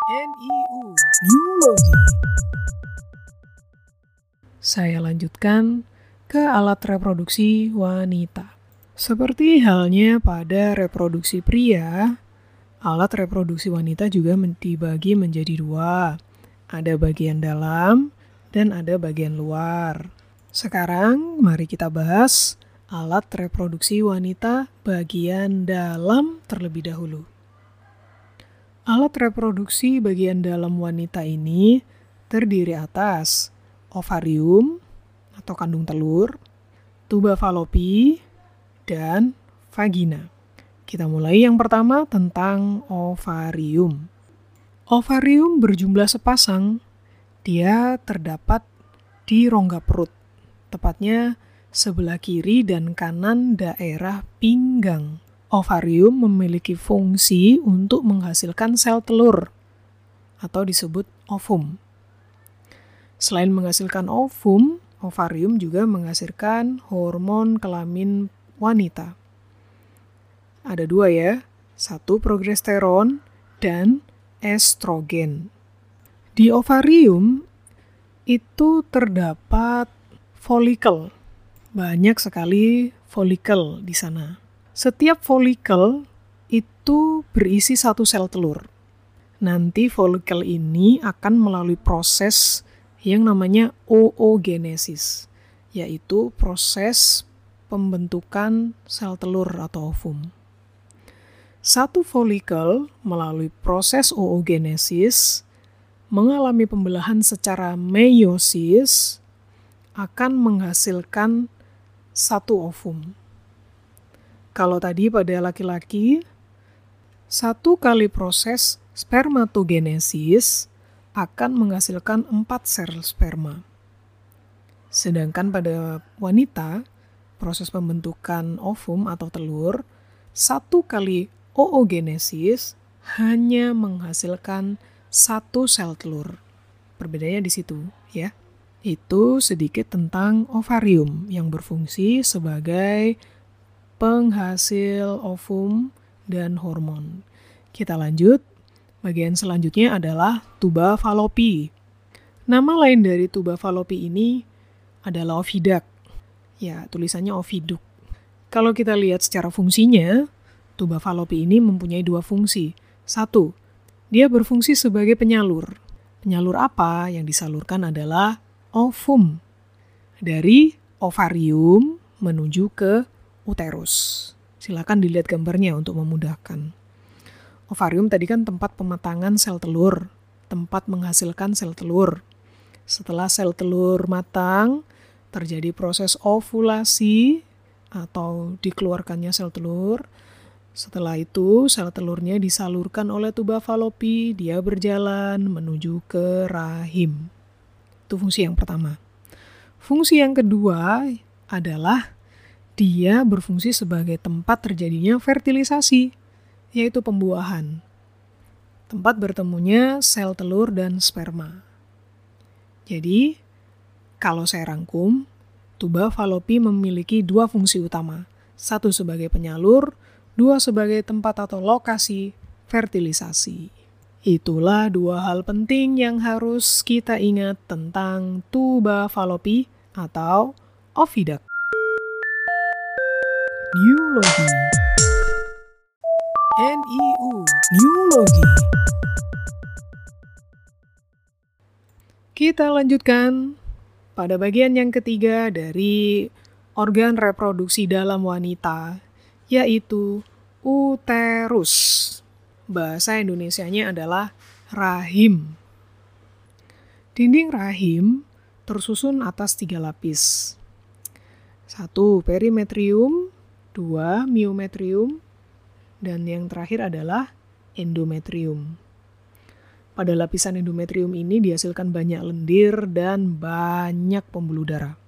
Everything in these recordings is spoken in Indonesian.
NIU Neurologi. Saya lanjutkan ke alat reproduksi wanita. Seperti halnya pada reproduksi pria, alat reproduksi wanita juga dibagi menjadi dua. Ada bagian dalam dan ada bagian luar. Sekarang mari kita bahas alat reproduksi wanita bagian dalam terlebih dahulu. Alat reproduksi bagian dalam wanita ini terdiri atas ovarium atau kandung telur, tuba falopi, dan vagina. Kita mulai yang pertama tentang ovarium. Ovarium berjumlah sepasang. Dia terdapat di rongga perut, tepatnya sebelah kiri dan kanan daerah pinggang. Ovarium memiliki fungsi untuk menghasilkan sel telur atau disebut ovum. Selain menghasilkan ovum, ovarium juga menghasilkan hormon kelamin wanita. Ada dua ya, satu progesteron dan estrogen. Di ovarium itu terdapat folikel, banyak sekali folikel di sana. Setiap folikel itu berisi satu sel telur. Nanti folikel ini akan melalui proses yang namanya oogenesis, yaitu proses pembentukan sel telur atau ovum. Satu folikel melalui proses oogenesis mengalami pembelahan secara meiosis akan menghasilkan satu ovum. Kalau tadi pada laki-laki, satu kali proses spermatogenesis akan menghasilkan 4 sel sperma. Sedangkan pada wanita, proses pembentukan ovum atau telur, satu kali oogenesis hanya menghasilkan 1 sel telur. Perbedaannya di situ, ya. Itu sedikit tentang ovarium yang berfungsi sebagai penghasil ovum dan hormon. Kita lanjut. Bagian selanjutnya adalah tuba falopi. Nama lain dari tuba falopi ini adalah oviduct. Ya, tulisannya oviduct. Kalau kita lihat secara fungsinya, tuba falopi ini mempunyai dua fungsi. Satu, dia berfungsi sebagai penyalur. Penyalur apa? Yang disalurkan adalah ovum. Dari ovarium menuju ke uterus. Silakan dilihat gambarnya untuk memudahkan. Ovarium tadi kan tempat pematangan sel telur, tempat menghasilkan sel telur. Setelah sel telur matang, terjadi proses ovulasi atau dikeluarkannya sel telur. Setelah itu, sel telurnya disalurkan oleh tuba falopi, dia berjalan menuju ke rahim. Itu fungsi yang pertama. Fungsi yang kedua adalah dia berfungsi sebagai tempat terjadinya fertilisasi, yaitu pembuahan. Tempat bertemunya sel telur dan sperma. Jadi, kalau saya rangkum, tuba falopi memiliki dua fungsi utama. Satu sebagai penyalur, dua sebagai tempat atau lokasi fertilisasi. Itulah dua hal penting yang harus kita ingat tentang tuba falopi atau oviduct. Neurologi. NIU Neurologi. Kita lanjutkan pada bagian yang ketiga dari organ reproduksi dalam wanita, yaitu uterus. Bahasa Indonesianya adalah rahim. Dinding rahim tersusun atas 3 lapis. 1. Perimetrium, 2. miometrium, dan yang terakhir adalah endometrium. Pada lapisan endometrium ini dihasilkan banyak lendir dan banyak pembuluh darah.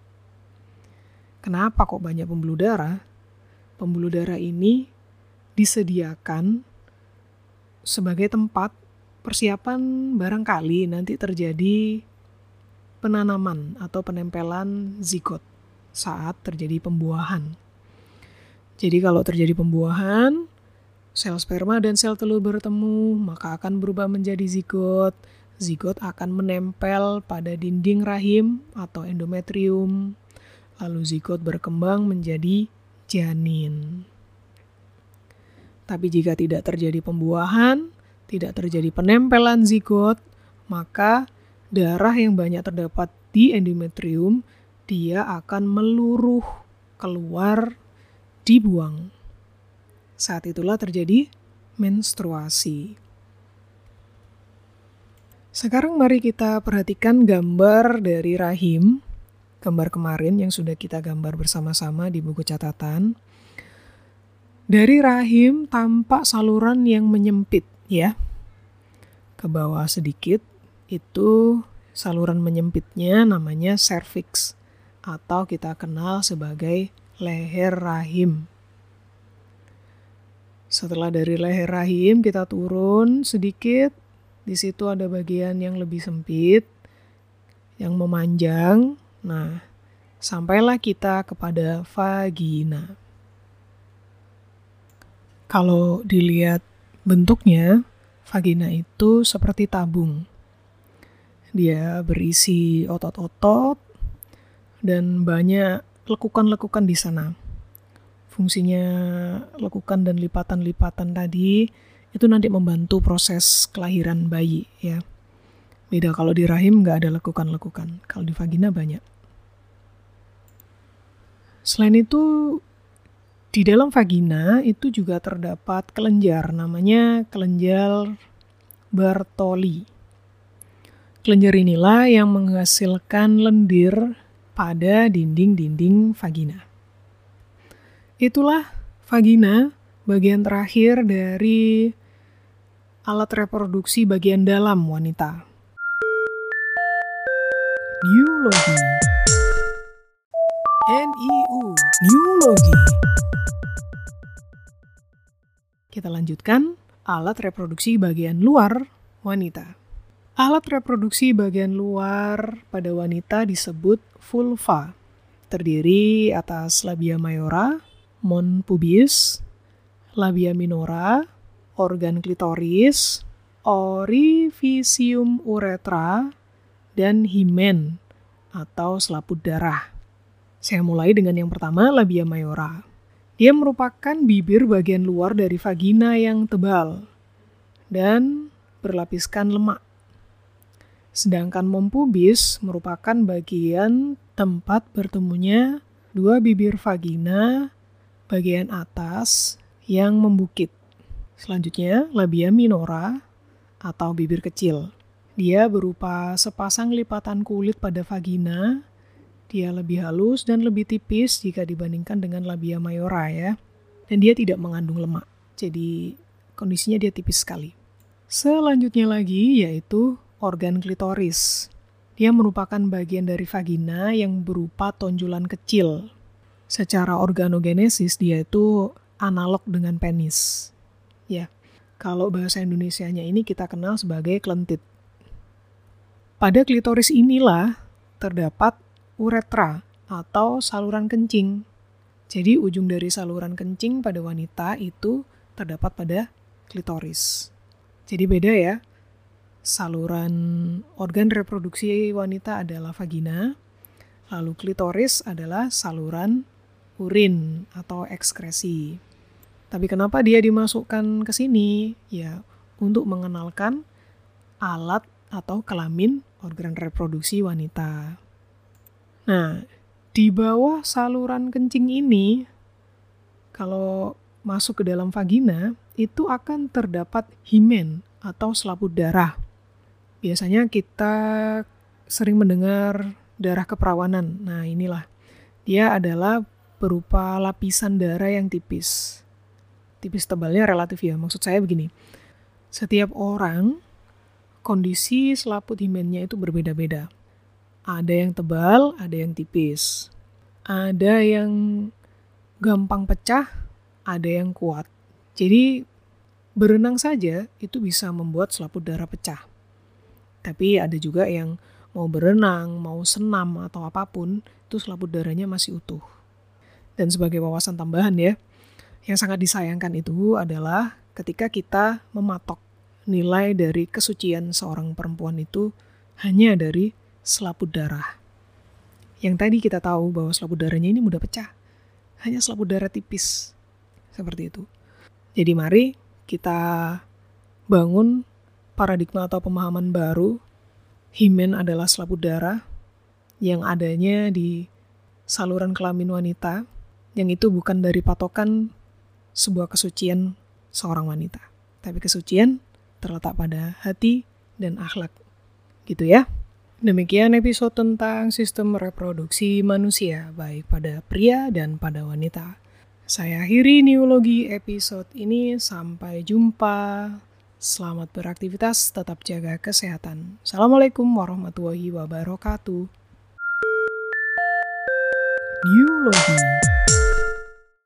Kenapa kok banyak pembuluh darah? Pembuluh darah ini disediakan sebagai tempat persiapan barangkali nanti terjadi penanaman atau penempelan zigot saat terjadi pembuahan. Jadi kalau terjadi pembuahan, Sel sperma dan sel telur bertemu, maka akan berubah menjadi zigot. Zigot akan menempel pada dinding rahim atau endometrium. Lalu zigot berkembang menjadi janin. Tapi jika tidak terjadi pembuahan, tidak terjadi penempelan zigot, maka darah yang banyak terdapat di endometrium, dia akan meluruh keluar, dibuang. Saat itulah terjadi menstruasi. Sekarang mari kita perhatikan gambar dari rahim, gambar kemarin yang sudah kita gambar bersama-sama di buku catatan. Dari rahim tampak saluran yang menyempit, ya. Ke bawah sedikit, itu saluran menyempitnya namanya serviks, atau kita kenal sebagai leher rahim. Setelah dari leher rahim kita turun sedikit, di situ ada bagian yang lebih sempit, yang memanjang. Nah, sampailah kita kepada vagina. Kalau dilihat bentuknya, vagina itu seperti tabung. Dia berisi otot-otot dan banyak lekukan-lekukan di sana. Fungsinya lekukan dan lipatan-lipatan tadi itu nanti membantu proses kelahiran bayi, ya. Beda kalau di rahim nggak ada lekukan-lekukan, kalau di vagina banyak. Selain itu, di dalam vagina itu juga terdapat kelenjar, namanya kelenjar Bartoli. Kelenjar inilah yang menghasilkan lendir pada dinding-dinding vagina. Itulah vagina, bagian terakhir dari alat reproduksi bagian dalam wanita. Neurologi. NIU, neurologi. Kita lanjutkan alat reproduksi bagian luar wanita. Alat reproduksi bagian luar pada wanita disebut vulva. Terdiri atas labia mayora, mons pubis, labia minora, organ klitoris, orificium uretra, dan himen atau selaput darah. Saya mulai dengan yang pertama, labia mayora. Dia merupakan bibir bagian luar dari vagina yang tebal dan berlapiskan lemak. Sedangkan mons pubis merupakan bagian tempat bertemunya dua bibir vagina bagian atas yang membukit. Selanjutnya, labia minora atau bibir kecil. Dia berupa sepasang lipatan kulit pada vagina. Dia lebih halus dan lebih tipis jika dibandingkan dengan labia mayora, ya. Dan dia tidak mengandung lemak. Jadi kondisinya dia tipis sekali. Selanjutnya lagi yaitu organ klitoris. Dia merupakan bagian dari vagina yang berupa tonjolan kecil. Secara organogenesis dia itu analog dengan penis. Ya, kalau bahasa Indonesianya ini kita kenal sebagai klentit. Pada klitoris inilah terdapat uretra atau saluran kencing. Jadi ujung dari saluran kencing pada wanita itu terdapat pada klitoris. Jadi beda ya. Saluran organ reproduksi wanita adalah vagina, lalu klitoris adalah saluran urin atau ekskresi. Tapi kenapa dia dimasukkan ke sini? Ya, untuk mengenalkan alat atau kelamin organ reproduksi wanita. Nah, di bawah saluran kencing ini, kalau masuk ke dalam vagina, itu akan terdapat himen atau selaput darah. Biasanya kita sering mendengar darah keperawanan. Nah, inilah. Dia adalah berupa lapisan darah yang tipis. Tipis tebalnya relatif ya, maksud saya begini. Setiap orang, kondisi selaput himennya itu berbeda-beda. Ada yang tebal, ada yang tipis. Ada yang gampang pecah, ada yang kuat. Jadi, berenang saja itu bisa membuat selaput darah pecah. Tapi ada juga yang mau berenang, mau senam, atau apapun, itu selaput darahnya masih utuh. Dan sebagai wawasan tambahan ya, yang sangat disayangkan itu adalah ketika kita mematok nilai dari kesucian seorang perempuan itu hanya dari selaput darah. Yang tadi kita tahu bahwa selaput darahnya ini mudah pecah. Hanya selaput darah tipis. Seperti itu. Jadi mari kita bangun paradigma atau pemahaman baru. Himen adalah selaput darah yang adanya di saluran kelamin wanita, yang itu bukan dari patokan sebuah kesucian seorang wanita. Tapi kesucian terletak pada hati dan akhlak. Gitu ya. Demikian episode tentang sistem reproduksi manusia, baik pada pria dan pada wanita. Saya akhiri neologi episode ini. Sampai jumpa. Selamat beraktivitas, tetap jaga kesehatan. Assalamualaikum warahmatullahi wabarakatuh. Neologi.